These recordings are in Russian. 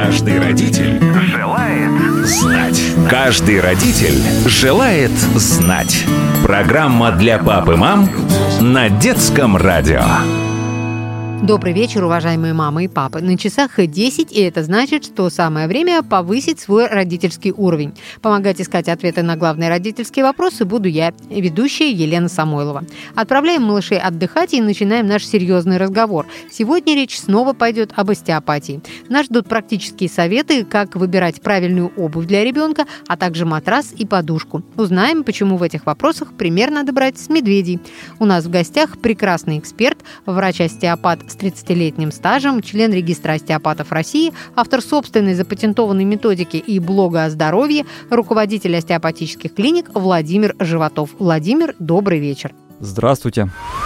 Каждый родитель желает знать. Каждый родитель желает знать. Программа для пап и мам на Детском радио. Добрый вечер, уважаемые мамы и папы. На часах 10, и это значит, что самое время повысить свой родительский уровень. Помогать искать ответы на главные родительские вопросы буду я, ведущая Елена Самойлова. Отправляем малышей отдыхать и начинаем наш серьезный разговор. Сегодня речь снова пойдет об остеопатии. Нас ждут практические советы, как выбирать правильную обувь для ребенка, а также матрас и подушку. Узнаем, почему в этих вопросах пример надо брать с медведей. У нас в гостях прекрасный эксперт, врач-остеопат с 30-летним стажем, член регистра остеопатов России, автор собственной запатентованной методики и блога о здоровье, руководитель остеопатических клиник Владимир Животов. Владимир, добрый вечер. Здравствуйте.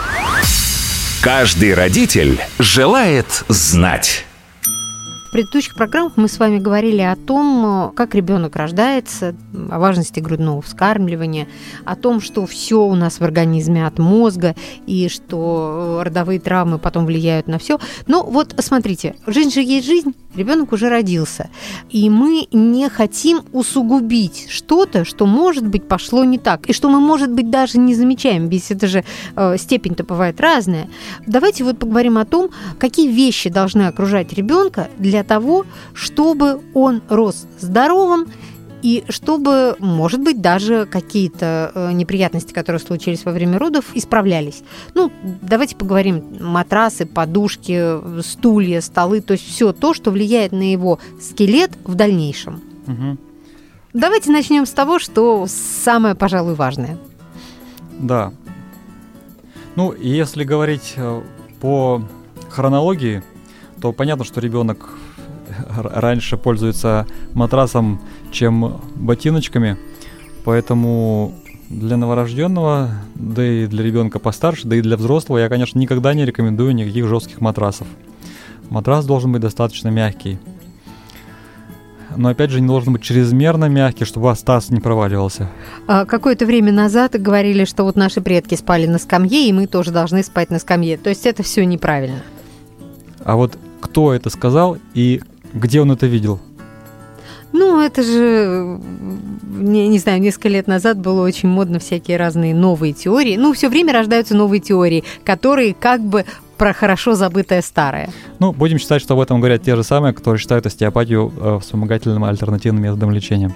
Каждый родитель желает знать. В предыдущих программах мы с вами говорили о том, как ребенок рождается, о важности грудного вскармливания, о том, что все у нас в организме от мозга и что родовые травмы потом влияют на все. Но вот смотрите, жизнь же есть жизнь, ребенок уже родился, и мы не хотим усугубить что-то, что, может быть, пошло не так, и что мы, может быть, даже не замечаем, ведь это же степень-то бывает разная. Давайте вот поговорим о том, какие вещи должны окружать ребенка для того, чтобы он рос здоровым и чтобы, может быть, даже какие-то неприятности, которые случились во время родов, исправлялись. Ну, давайте поговорим: матрасы, подушки, стулья, столы, то есть все то, что влияет на его скелет в дальнейшем. Угу. Давайте начнем с того, что самое, пожалуй, важное. Да. Ну, если говорить по хронологии, то понятно, что ребенок раньше пользуется матрасом, чем ботиночками, поэтому для новорожденного, да и для ребенка постарше, да и для взрослого я, конечно, никогда не рекомендую никаких жестких матрасов. Матрас должен быть достаточно мягкий, но опять же не должен быть чрезмерно мягкий, чтобы у вас таз не проваливался. Какое-то время назад говорили, что вот наши предки спали на скамье, и мы тоже должны спать на скамье. То есть это все неправильно. А вот кто это сказал и где он это видел? Ну, это же, не знаю, несколько лет назад было очень модно всякие разные новые теории. Ну, все время рождаются новые теории, которые как бы про хорошо забытое старое. Ну, будем считать, что об этом говорят те же самые, которые считают остеопатию вспомогательным альтернативным методом лечения.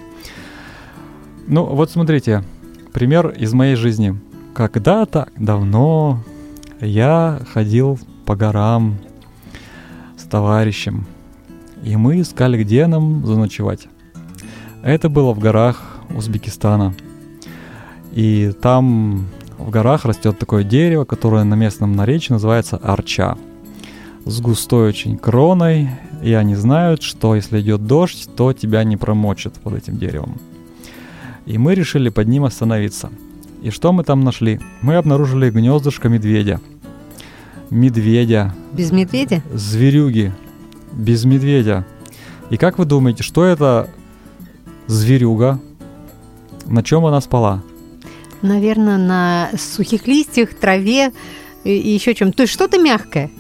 Ну, вот смотрите, пример из моей жизни. Когда-то давно я ходил по горам с товарищем, и мы искали, где нам заночевать. Это было в горах Узбекистана. И там в горах растет такое дерево, которое на местном наречии называется арча. С густой очень кроной, и они знают, что если идет дождь, то тебя не промочит под этим деревом. И мы решили под ним остановиться. И что мы там нашли? Мы обнаружили гнездышко медведя. Медведя. Без медведя? Зверюги. Без медведя. И как вы думаете, что это зверюга? На чем она спала? Наверное, на сухих листьях, траве и еще чем-то. То есть что-то мягкое?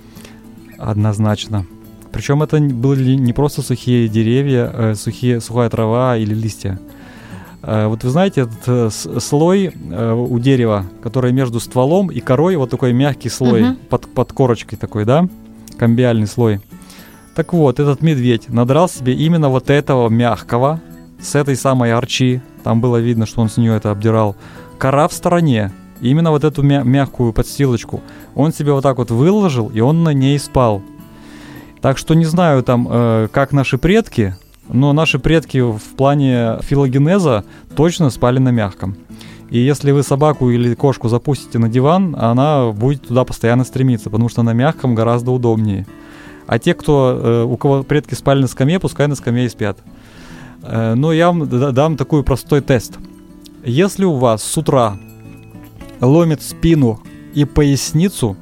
Однозначно. Причем это были не просто сухие деревья, сухая трава или листья. Вот вы знаете, этот слой у дерева, который между стволом и корой, вот такой мягкий слой, под корочкой такой, да? Камбиальный слой. Так вот, этот медведь надрал себе именно вот этого мягкого, с этой самой арчи. Там было видно, что он с нее это обдирал. Кора в стороне. Именно вот эту мягкую подстилочку он себе вот так вот выложил, и он на ней спал. Так что не знаю там, как наши предки, но наши предки в плане филогенеза точно спали на мягком. И если вы собаку или кошку запустите на диван, она будет туда постоянно стремиться, потому что на мягком гораздо удобнее. А те, у кого предки спали на скамье, пускай на скамье и спят. Но я вам дам такой простой тест. Если у вас с утра ломит спину и поясницу,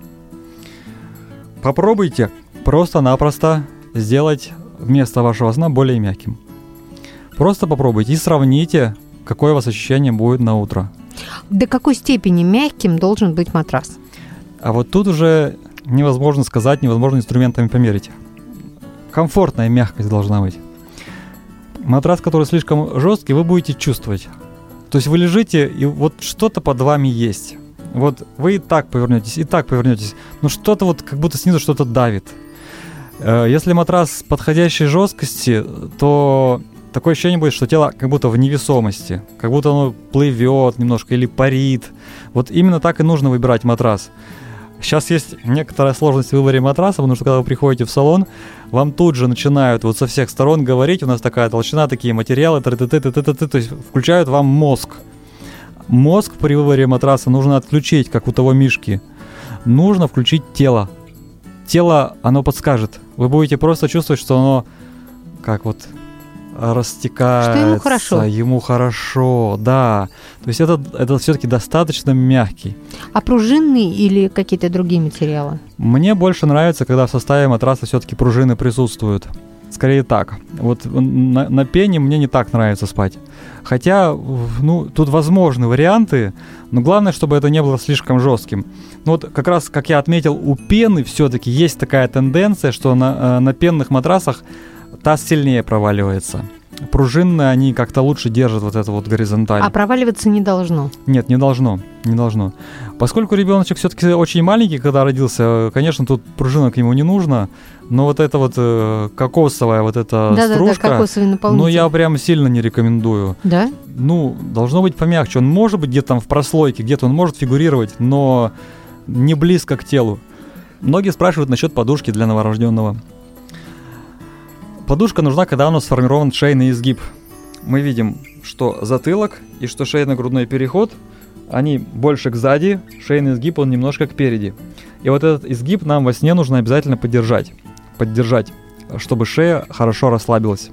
попробуйте просто-напросто сделать место вашего сна более мягким. Просто попробуйте и сравните, какое у вас ощущение будет на утро. До какой степени мягким должен быть матрас? А вот тут уже невозможно сказать, невозможно инструментами померить. комфортная мягкость должна быть. Матрас, который слишком жесткий, вы будете чувствовать. То есть вы лежите, и вот что-то под вами есть. Вот вы и так повернетесь, но что-то вот как будто снизу что-то давит. Если матрас подходящей жесткости, то такое ощущение будет, что тело как будто в невесомости, как будто оно плывет немножко или парит. Вот именно так и нужно выбирать матрас. Сейчас есть некоторая сложность в выборе матраса, потому что когда вы приходите в салон, вам тут же начинают вот со всех сторон говорить, у нас такая толщина, такие материалы, то есть включают вам мозг. Мозг при выборе матраса нужно отключить, как у того мишки. Нужно включить тело. Тело, оно подскажет. Вы будете просто чувствовать, что оно как вот растекается. Что ему хорошо. Ему хорошо, да. То есть это все-таки достаточно мягкий. А пружинный или какие-то другие материалы? Мне больше нравится, когда в составе матраса все-таки пружины присутствуют. Скорее так. Вот на пене мне не так нравится спать. Хотя, тут возможны варианты, но главное, чтобы это не было слишком жестким. Ну вот как раз, как я отметил, у пены все-таки есть такая тенденция, что на пенных матрасах таз сильнее проваливается. Пружинные, они как-то лучше держат вот это вот горизонталь. А проваливаться не должно? Нет, не должно. Поскольку ребеночек все-таки очень маленький, когда родился, конечно, тут пружина к нему не нужно, но вот эта вот кокосовая вот эта стружка, кокосовый наполнитель. Я прям сильно не рекомендую. Да? Должно быть помягче. Он может быть где-то там в прослойке, где-то он может фигурировать, но не близко к телу. Многие спрашивают насчет подушки для новорожденного. Подушка нужна, когда у нас сформирован шейный изгиб. Мы видим, что затылок и что шейно-грудной переход, они больше ксади, шейный изгиб, он немножко кпереди. И вот этот изгиб нам во сне нужно обязательно поддержать, чтобы шея хорошо расслабилась.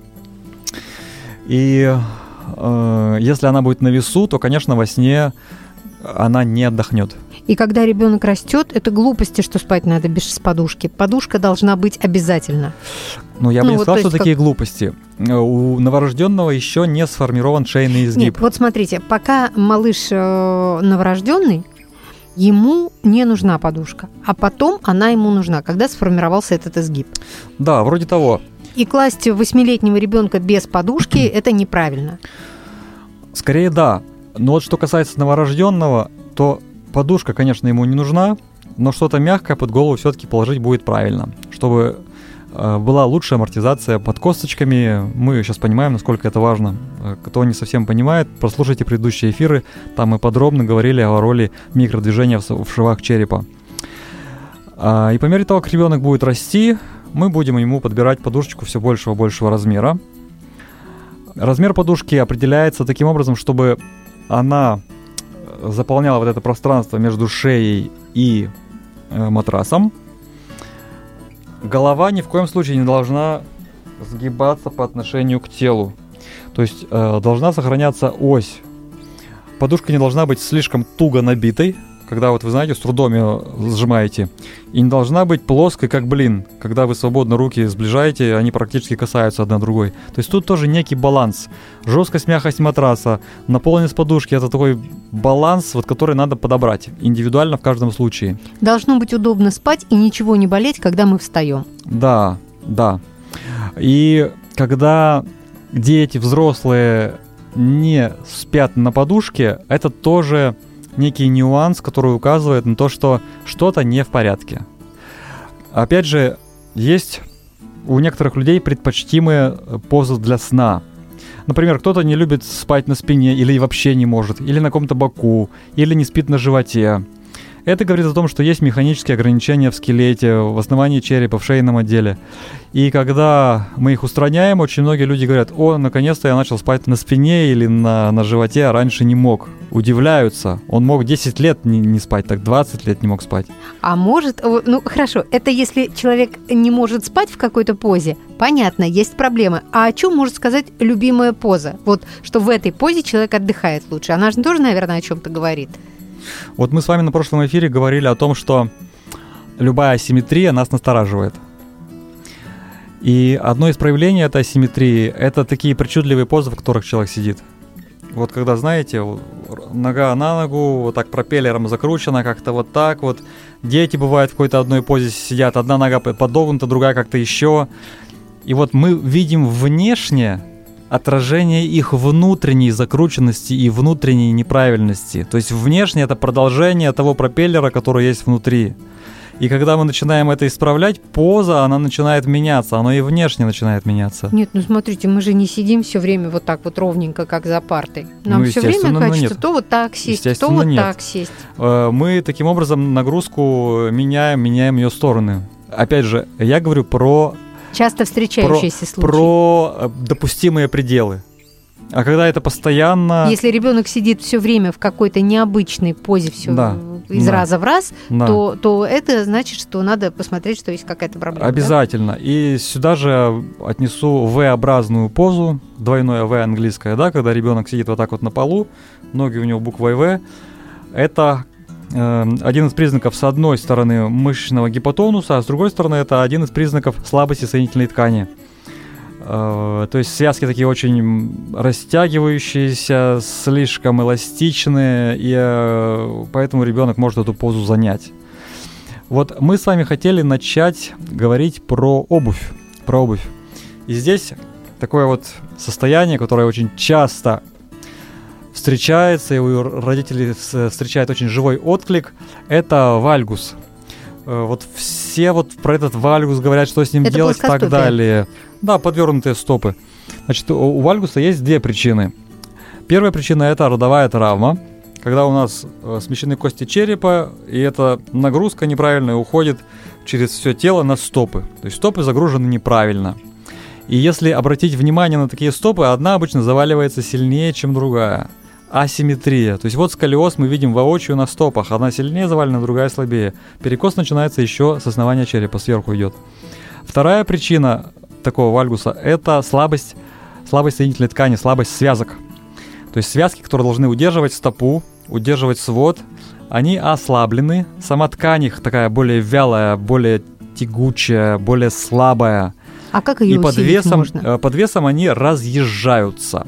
И если она будет на весу, то, конечно, во сне она не отдохнет. И когда ребенок растет, это глупости, что спать надо без подушки. Подушка должна быть обязательно. Я бы не сказал, что такие глупости. У новорожденного еще не сформирован шейный изгиб. Нет, вот смотрите, пока малыш новорожденный, ему не нужна подушка, а потом она ему нужна, когда сформировался этот изгиб. Да, вроде того. И класть 8-летнего ребенка без подушки – это неправильно. Скорее да. Но вот что касается новорожденного, то подушка, конечно, ему не нужна, но что-то мягкое под голову все-таки положить будет правильно, чтобы была лучшая амортизация под косточками. Мы сейчас понимаем, насколько это важно. Кто не совсем понимает, прослушайте предыдущие эфиры, там мы подробно говорили о роли микродвижения в швах черепа. И по мере того, как ребенок будет расти, мы будем ему подбирать подушечку все большего и большего размера. Размер подушки определяется таким образом, чтобы она заполняла вот это пространство между шеей и матрасом. Голова ни в коем случае не должна сгибаться по отношению к телу. То есть должна сохраняться ось. Подушка не должна быть слишком туго набитой, когда вот вы знаете, с трудом ее сжимаете. И не должна быть плоской, как блин. Когда вы свободно руки сближаете, они практически касаются одна другой. То есть тут тоже некий баланс. Жесткость, мягкость матраса, наполненность подушки – это такой баланс, вот, который надо подобрать индивидуально в каждом случае. Должно быть удобно спать и ничего не болеть, когда мы встаем. Да. И когда дети, взрослые не спят на подушке, это тоже некий нюанс, который указывает на то, что что-то не в порядке. Опять же, есть у некоторых людей предпочтимые позы для сна. Например, кто-то не любит спать на спине или вообще не может, или на каком-то боку, или не спит на животе. Это говорит о том, что есть механические ограничения в скелете, в основании черепа, в шейном отделе. И когда мы их устраняем, очень многие люди говорят: о, наконец-то я начал спать на спине или на животе, а раньше не мог. Удивляются. Он мог 10 лет не спать, так 20 лет не мог спать. А может, хорошо, это если человек не может спать в какой-то позе, понятно, есть проблемы. А о чем может сказать любимая поза? Вот, что в этой позе человек отдыхает лучше. Она же тоже, наверное, о чем-то говорит. Вот мы с вами на прошлом эфире говорили о том, что любая асимметрия нас настораживает. И одно из проявлений этой асимметрии – это такие причудливые позы, в которых человек сидит. Вот когда, знаете, нога на ногу, вот так пропеллером закручена, как-то вот так вот. Дети, бывают, в какой-то одной позе сидят, одна нога подогнута, другая как-то еще. И вот мы видим внешне отражение их внутренней закрученности и внутренней неправильности. То есть внешне это продолжение того пропеллера, который есть внутри. И когда мы начинаем это исправлять, поза, она начинает меняться, она и внешне начинает меняться. Нет, ну смотрите, мы же не сидим все время вот так вот ровненько, как за партой. Нам все время хочется то вот так сесть, то вот так сесть. Мы таким образом нагрузку меняем ее стороны. Опять же, я говорю про часто встречающиеся случаи. Про допустимые пределы. А когда это постоянно... Если ребенок сидит все время в какой-то необычной позе из раза в раз, то это значит, что надо посмотреть, что есть какая-то проблема. Обязательно. Да? И сюда же отнесу V-образную позу, двойное V английское, да, когда ребенок сидит вот так вот на полу, ноги у него буквой V. Это один из признаков, с одной стороны, мышечного гипотонуса, а с другой стороны, это один из признаков слабости соединительной ткани. То есть связки такие очень растягивающиеся, слишком эластичные, и поэтому ребенок может эту позу занять. Вот мы с вами хотели начать говорить про обувь. И здесь такое вот состояние, которое очень часто встречается, и у родителей встречает очень живой отклик, это вальгус. Вот все вот про этот вальгус говорят, что с ним делать и так далее. Да, подвернутые стопы. Значит, у вальгуса есть две причины. Первая причина – это родовая травма, когда у нас смещены кости черепа, и эта нагрузка неправильная уходит через все тело на стопы. То есть стопы загружены неправильно. И если обратить внимание на такие стопы, одна обычно заваливается сильнее, чем другая. Асимметрия. То есть вот сколиоз мы видим воочию на стопах. Одна сильнее завалена, другая слабее. Перекос начинается еще с основания черепа, сверху идет. Вторая причина такого вальгуса – это слабость соединительной ткани, слабость связок. То есть связки, которые должны удерживать стопу, удерживать свод, они ослаблены. Сама ткань их такая более вялая, более тягучая, более слабая. А как ее усилить можно? Под весом они разъезжаются.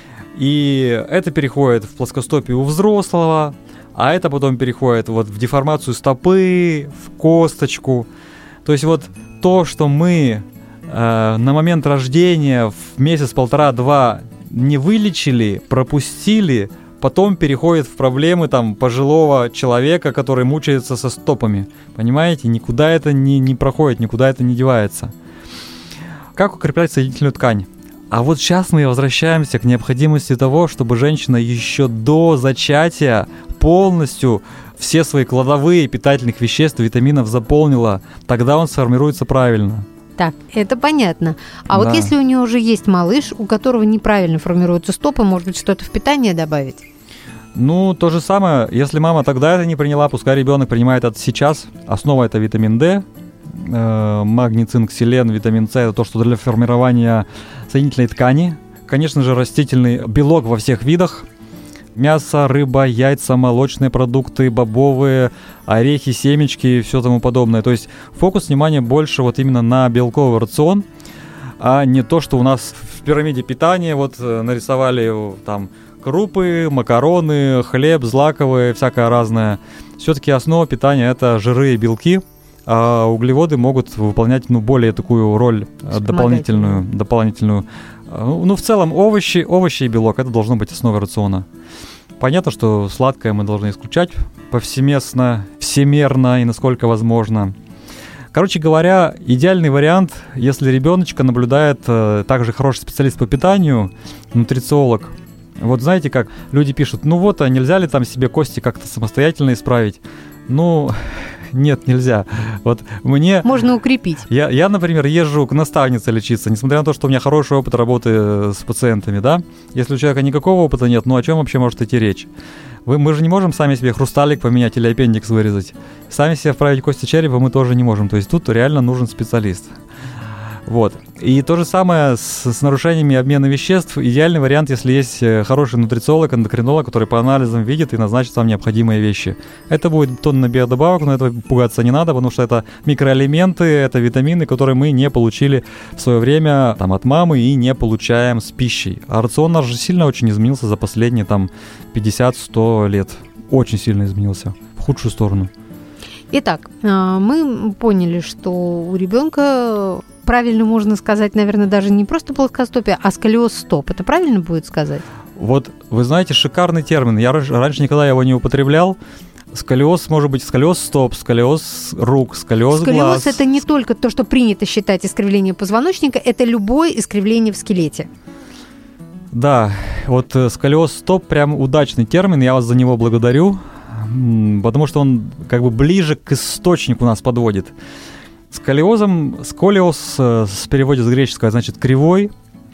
И это переходит в плоскостопие у взрослого, а это потом переходит вот в деформацию стопы, в косточку. То есть вот то, что мы на момент рождения в месяц, полтора-два не вылечили, пропустили, потом переходит в проблемы там пожилого человека, который мучается со стопами. Понимаете? Никуда это не проходит, никуда это не девается. Как укреплять соединительную ткань? А вот сейчас мы возвращаемся к необходимости того, чтобы женщина еще до зачатия полностью все свои кладовые питательных веществ, витаминов заполнила. Тогда он сформируется правильно. Так, это понятно. А вот если у нее уже есть малыш, у которого неправильно формируются стопы, может быть, что-то в питание добавить? Ну, то же самое. Если мама тогда это не приняла, пускай ребенок принимает это сейчас. Основа – это витамин D, магний, цинк, селен, витамин С – это то, что для формирования соединительной ткани. Конечно же, растительный белок во всех видах. Мясо, рыба, яйца, молочные продукты, бобовые, орехи, семечки и все тому подобное. То есть фокус внимания больше вот именно на белковый рацион, а не то, что у нас в пирамиде питания вот нарисовали там крупы, макароны, хлеб, злаковые, всякое разное. Все-таки основа питания – это жиры и белки, а углеводы могут выполнять более такую роль дополнительную. Ну, в целом, овощи и белок – это должно быть основой рациона. Понятно, что сладкое мы должны исключать повсеместно, всемерно и насколько возможно. Короче говоря, идеальный вариант, если ребеночка наблюдает также хороший специалист по питанию, нутрициолог. Вот знаете, как люди пишут, ну вот, а нельзя ли там себе кости как-то самостоятельно исправить? Ну, нет, нельзя. Вот мне... Можно укрепить. Я, например, езжу к наставнице лечиться, несмотря на то, что у меня хороший опыт работы с пациентами, да? Если у человека никакого опыта нет, ну о чем вообще может идти речь? Мы же не можем сами себе хрусталик поменять или аппендикс вырезать. Сами себе вправить кости черепа мы тоже не можем. То есть тут реально нужен специалист. Вот. И то же самое с нарушениями обмена веществ. Идеальный вариант, если есть хороший нутрициолог, эндокринолог, который по анализам видит и назначит вам необходимые вещи. Это будет тонна биодобавок, но этого пугаться не надо, потому что это микроэлементы, это витамины, которые мы не получили в свое время там, от мамы и не получаем с пищей. А рацион наш же сильно очень изменился за последние там 50-100 лет. Очень сильно изменился в худшую сторону. Итак, мы поняли, что у ребенка правильно можно сказать, наверное, даже не просто плоскостопие, а сколиоз стоп. Это правильно будет сказать? Вот, вы знаете, шикарный термин. Я раньше никогда его не употреблял. Сколиоз может быть сколиоз стоп, сколиоз рук, сколиоз глаз. Сколиоз – это не только то, что принято считать искривлением позвоночника, это любое искривление в скелете. Да, вот сколиоз стоп прям удачный термин, я вас за него благодарю, потому что он как бы ближе к источнику нас подводит. Сколиоз с переводе с греческого значит кривой,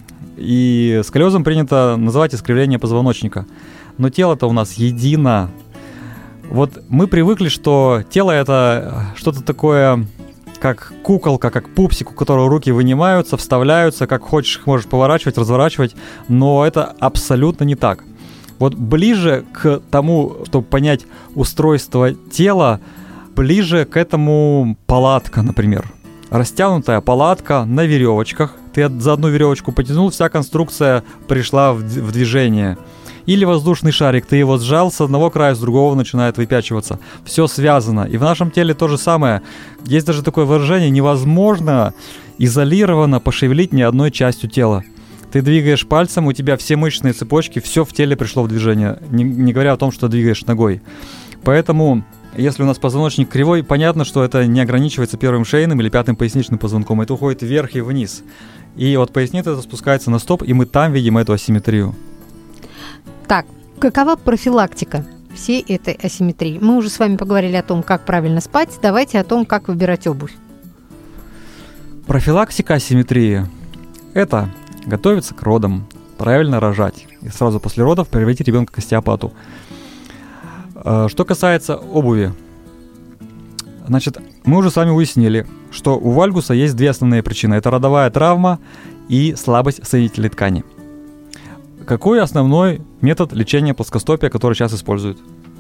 и сколиозом принято называть искривление позвоночника. Но тело-то у нас едино. Вот мы привыкли, что тело это что-то такое, как куколка, как пупсик, у которого руки вынимаются, вставляются, как хочешь их можешь поворачивать, разворачивать, но это абсолютно не так. Вот ближе к тому, чтобы понять устройство тела, ближе к этому палатка, например. Растянутая палатка на веревочках. Ты за одну веревочку потянул, вся конструкция пришла в движение. Или воздушный шарик, ты его сжал, с одного края, с другого начинает выпячиваться. Все связано. И в нашем теле то же самое. Есть даже такое выражение: невозможно изолированно пошевелить ни одной частью тела. Ты двигаешь пальцем, у тебя все мышечные цепочки, все в теле пришло в движение, не говоря о том, что двигаешь ногой. Поэтому, если у нас позвоночник кривой, понятно, что это не ограничивается первым шейным или пятым поясничным позвонком, это уходит вверх и вниз. И вот поясница это спускается на стоп, и мы там видим эту асимметрию. Так, какова профилактика всей этой асимметрии? Мы уже с вами поговорили о том, как правильно спать, давайте о том, как выбирать обувь. Профилактика асимметрии – это готовиться к родам, правильно рожать и сразу после родов приводить ребенка к остеопату. Что касается обуви, значит, мы уже с вами выяснили, что у вальгуса есть две основные причины. Это родовая травма и слабость соединительной ткани. Какой основной метод лечения плоскостопия, который сейчас используют?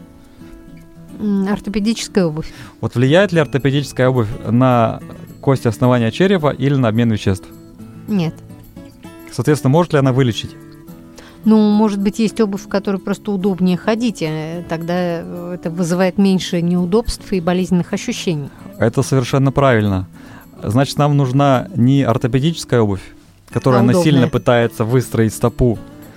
Ортопедическая обувь. Вот влияет ли ортопедическая обувь на кости основания черепа или на обмен веществ? Нет. Соответственно, может ли она вылечить? Ну, может быть, есть обувь, в которой просто удобнее ходить, тогда это вызывает меньше неудобств и болезненных ощущений. Это совершенно правильно. Значит, нам нужна не ортопедическая обувь, которая насильно пытается выстроить стопу,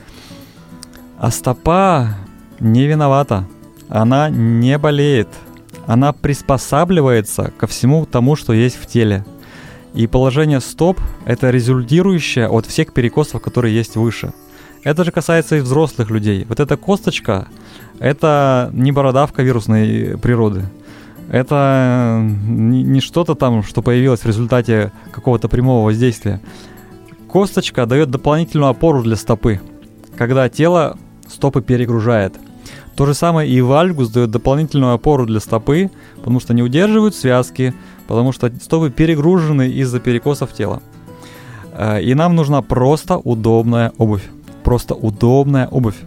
а стопа не виновата. Она не болеет. Она приспосабливается ко всему тому, что есть в теле. И положение стоп – это результирующее от всех перекосов, которые есть выше. Это же касается и взрослых людей. Вот эта косточка – это не бородавка вирусной природы. Это не что-то там, что появилось в результате какого-то прямого воздействия. Косточка дает дополнительную опору для стопы, когда тело стопы перегружает. То же самое и вальгус дает дополнительную опору для стопы, потому что не удерживают связки, потому что стопы перегружены из-за перекосов тела. И нам нужна просто удобная обувь. Просто удобная обувь.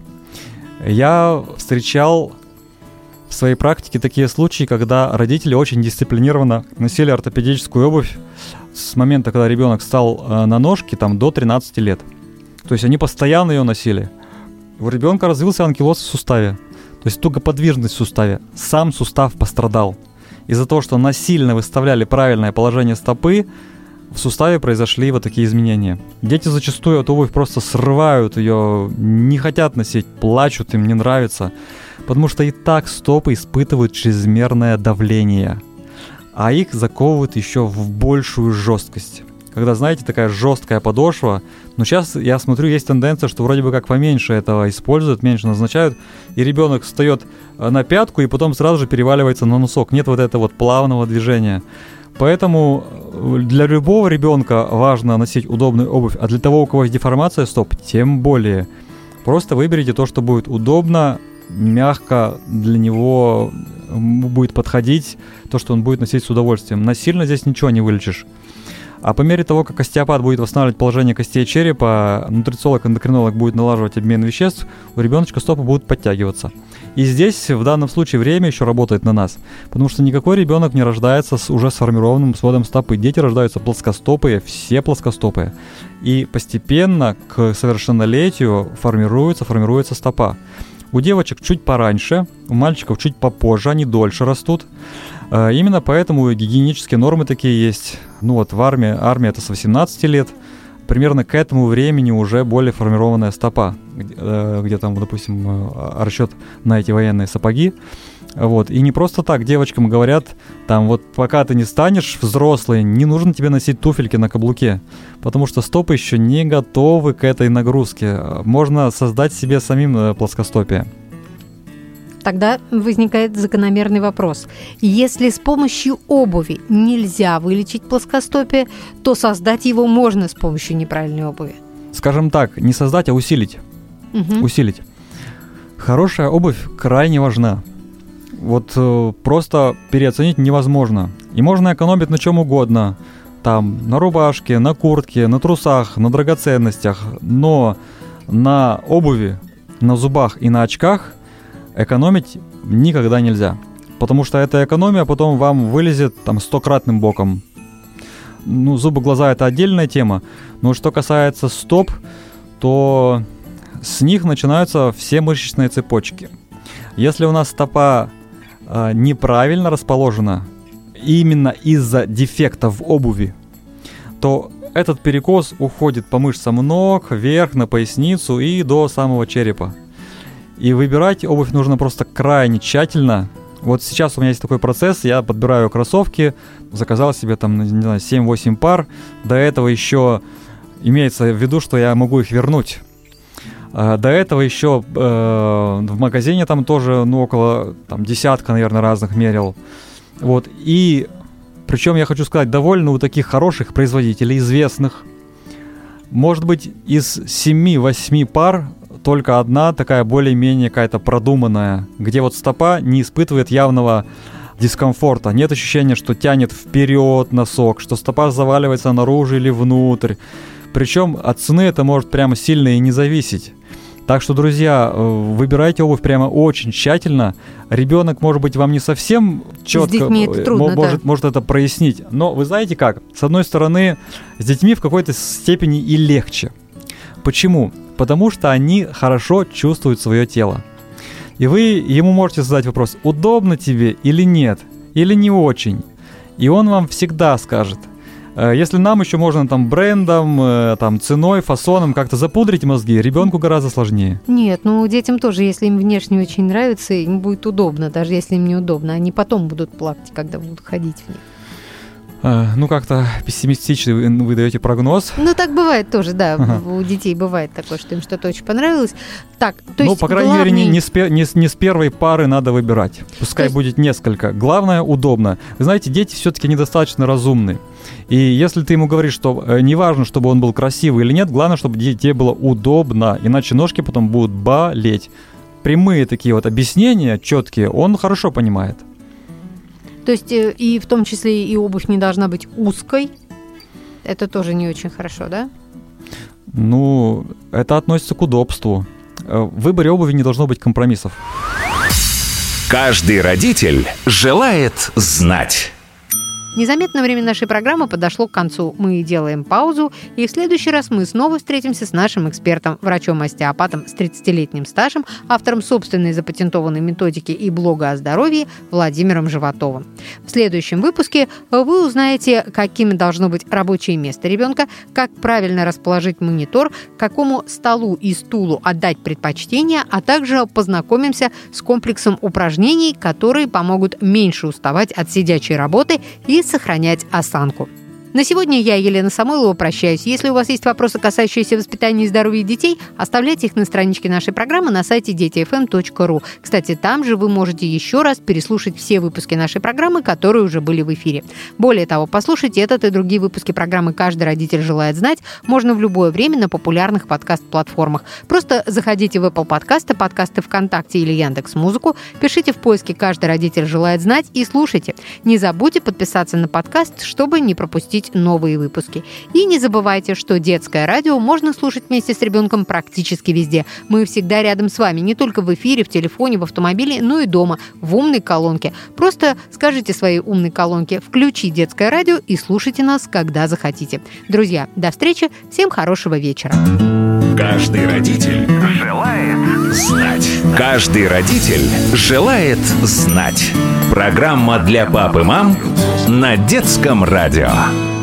Я встречал в своей практике такие случаи, когда родители очень дисциплинированно носили ортопедическую обувь с момента, когда ребенок встал на ножки, там, до 13 лет. То есть они постоянно ее носили. У ребенка развился анкилоз в суставе, то есть тугоподвижность в суставе. Сам сустав пострадал. Из-за того, что насильно выставляли правильное положение стопы, в суставе произошли вот такие изменения. Дети зачастую эту обувь просто срывают ее, не хотят носить, плачут, им не нравится, потому что и так стопы испытывают чрезмерное давление, а их заковывают еще в большую жесткость. Когда, знаете, такая жесткая подошва, но сейчас я смотрю, есть тенденция, что вроде бы как поменьше этого используют, меньше назначают, и ребенок встает на пятку и потом сразу же переваливается на носок. Нет вот этого вот плавного движения. Поэтому для любого ребенка важно носить удобную обувь, а для того, у кого есть деформация стоп, тем более. Просто выберите то, что будет удобно, мягко для него будет подходить, то, что он будет носить с удовольствием. Насильно здесь ничего не вылечишь. А по мере того, как остеопат будет восстанавливать положение костей черепа, нутрициолог, эндокринолог будет налаживать обмен веществ, у ребеночка стопы будут подтягиваться. И здесь в данном случае время еще работает на нас, потому что никакой ребенок не рождается с уже сформированным сводом стопы. Дети рождаются плоскостопые, все плоскостопые. И постепенно к совершеннолетию формируется стопа. У девочек чуть пораньше, у мальчиков чуть попозже, они дольше растут. Именно поэтому гигиенические нормы такие есть. Ну вот в армия это с 18 лет. Примерно к этому времени уже более формированная стопа, где там, допустим, расчет на эти военные сапоги. Вот. И не просто так девочкам говорят, там вот пока ты не станешь взрослой, не нужно тебе носить туфельки на каблуке, потому что стопы еще не готовы к этой нагрузке. Можно создать себе самим плоскостопие. Тогда возникает закономерный вопрос. Если с помощью обуви нельзя вылечить плоскостопие, то создать его можно с помощью неправильной обуви. Скажем так, не создать, а усилить. Усилить. Хорошая обувь крайне важна. Вот просто переоценить невозможно. И можно экономить на чем угодно. Там, на рубашке, на куртке, на трусах, на драгоценностях. Но на обуви, на зубах и на очках экономить никогда нельзя. Потому что эта экономия потом вам вылезет там 100-кратным боком. Ну, зубы, глаза — это отдельная тема. Но что касается стоп, то с них начинаются все мышечные цепочки. Если у нас стопа неправильно расположена именно из-за дефекта в обуви, то этот перекос уходит по мышцам ног, вверх, на поясницу и до самого черепа. И выбирать обувь нужно просто крайне тщательно. Вот сейчас у меня есть такой процесс, я подбираю кроссовки, заказал себе там, не знаю, 7-8 пар. До этого еще имеется в виду, что я могу их вернуть. До этого еще в магазине там тоже, около там, десятка, наверное, разных мерил. Вот. И причем, я хочу сказать, довольно у таких хороших производителей, известных, может быть, из 7-8 пар только одна такая более-менее какая-то продуманная, где вот стопа не испытывает явного дискомфорта. Нет ощущения, что тянет вперед носок, что стопа заваливается наружу или внутрь. Причем от цены это может прямо сильно и не зависеть. Так что, друзья, выбирайте обувь прямо очень тщательно. Ребенок, может быть, вам не совсем четко может это прояснить. Но вы знаете как? С одной стороны, с детьми в какой-то степени и легче. Почему? Потому что они хорошо чувствуют свое тело. И вы ему можете задать вопрос, удобно тебе или нет, или не очень. И он вам всегда скажет. Если нам еще можно там брендом, там ценой, фасоном как-то запудрить мозги, ребенку гораздо сложнее. Нет, детям тоже, если им внешне очень нравится, им будет удобно, даже если им неудобно. Они потом будут плакать, когда будут ходить в них. Как-то пессимистичный вы даете прогноз. Так бывает тоже, да. Ага. У детей бывает такое, что им что-то очень понравилось. Так, то есть по крайней мере, не с первой пары надо выбирать. Пускай будет несколько. Главное, удобно. Вы знаете, дети все-таки недостаточно разумны. И если ты ему говоришь, что не важно, чтобы он был красивый или нет, главное, чтобы тебе было удобно, иначе ножки потом будут болеть. Прямые такие вот объяснения, четкие, он хорошо понимает. То есть и в том числе и обувь не должна быть узкой. Это тоже не очень хорошо, да? Это относится к удобству. В выборе обуви не должно быть компромиссов. Каждый родитель желает знать. Незаметно время нашей программы подошло к концу. Мы делаем паузу, и в следующий раз мы снова встретимся с нашим экспертом, врачом-остеопатом с 30-летним стажем, автором собственной запатентованной методики и блога о здоровье Владимиром Животовым. В следующем выпуске вы узнаете, каким должно быть рабочее место ребенка, как правильно расположить монитор, какому столу и стулу отдать предпочтение, а также познакомимся с комплексом упражнений, которые помогут меньше уставать от сидячей работы и сохранять осанку. На сегодня я, Елена Самойлова, прощаюсь. Если у вас есть вопросы, касающиеся воспитания и здоровья детей, оставляйте их на страничке нашей программы на сайте детифм.ру. Кстати, там же вы можете еще раз переслушать все выпуски нашей программы, которые уже были в эфире. Более того, послушать этот и другие выпуски программы «Каждый родитель желает знать» можно в любое время на популярных подкаст-платформах. Просто заходите в Apple подкасты, подкасты ВКонтакте или Яндекс.Музыку, пишите в поиске «Каждый родитель желает знать» и слушайте. Не забудьте подписаться на подкаст, чтобы не пропустить пропустить новые выпуски. И не забывайте, что детское радио можно слушать вместе с ребенком практически везде. Мы всегда рядом с вами, не только в эфире, в телефоне, в автомобиле, но и дома, в умной колонке. Просто скажите своей умной колонке: включи детское радио и слушайте нас, когда захотите. Друзья, до встречи, всем хорошего вечера. Каждый родитель желает знать. Каждый родитель желает знать. Программа для пап и мам на детском радио.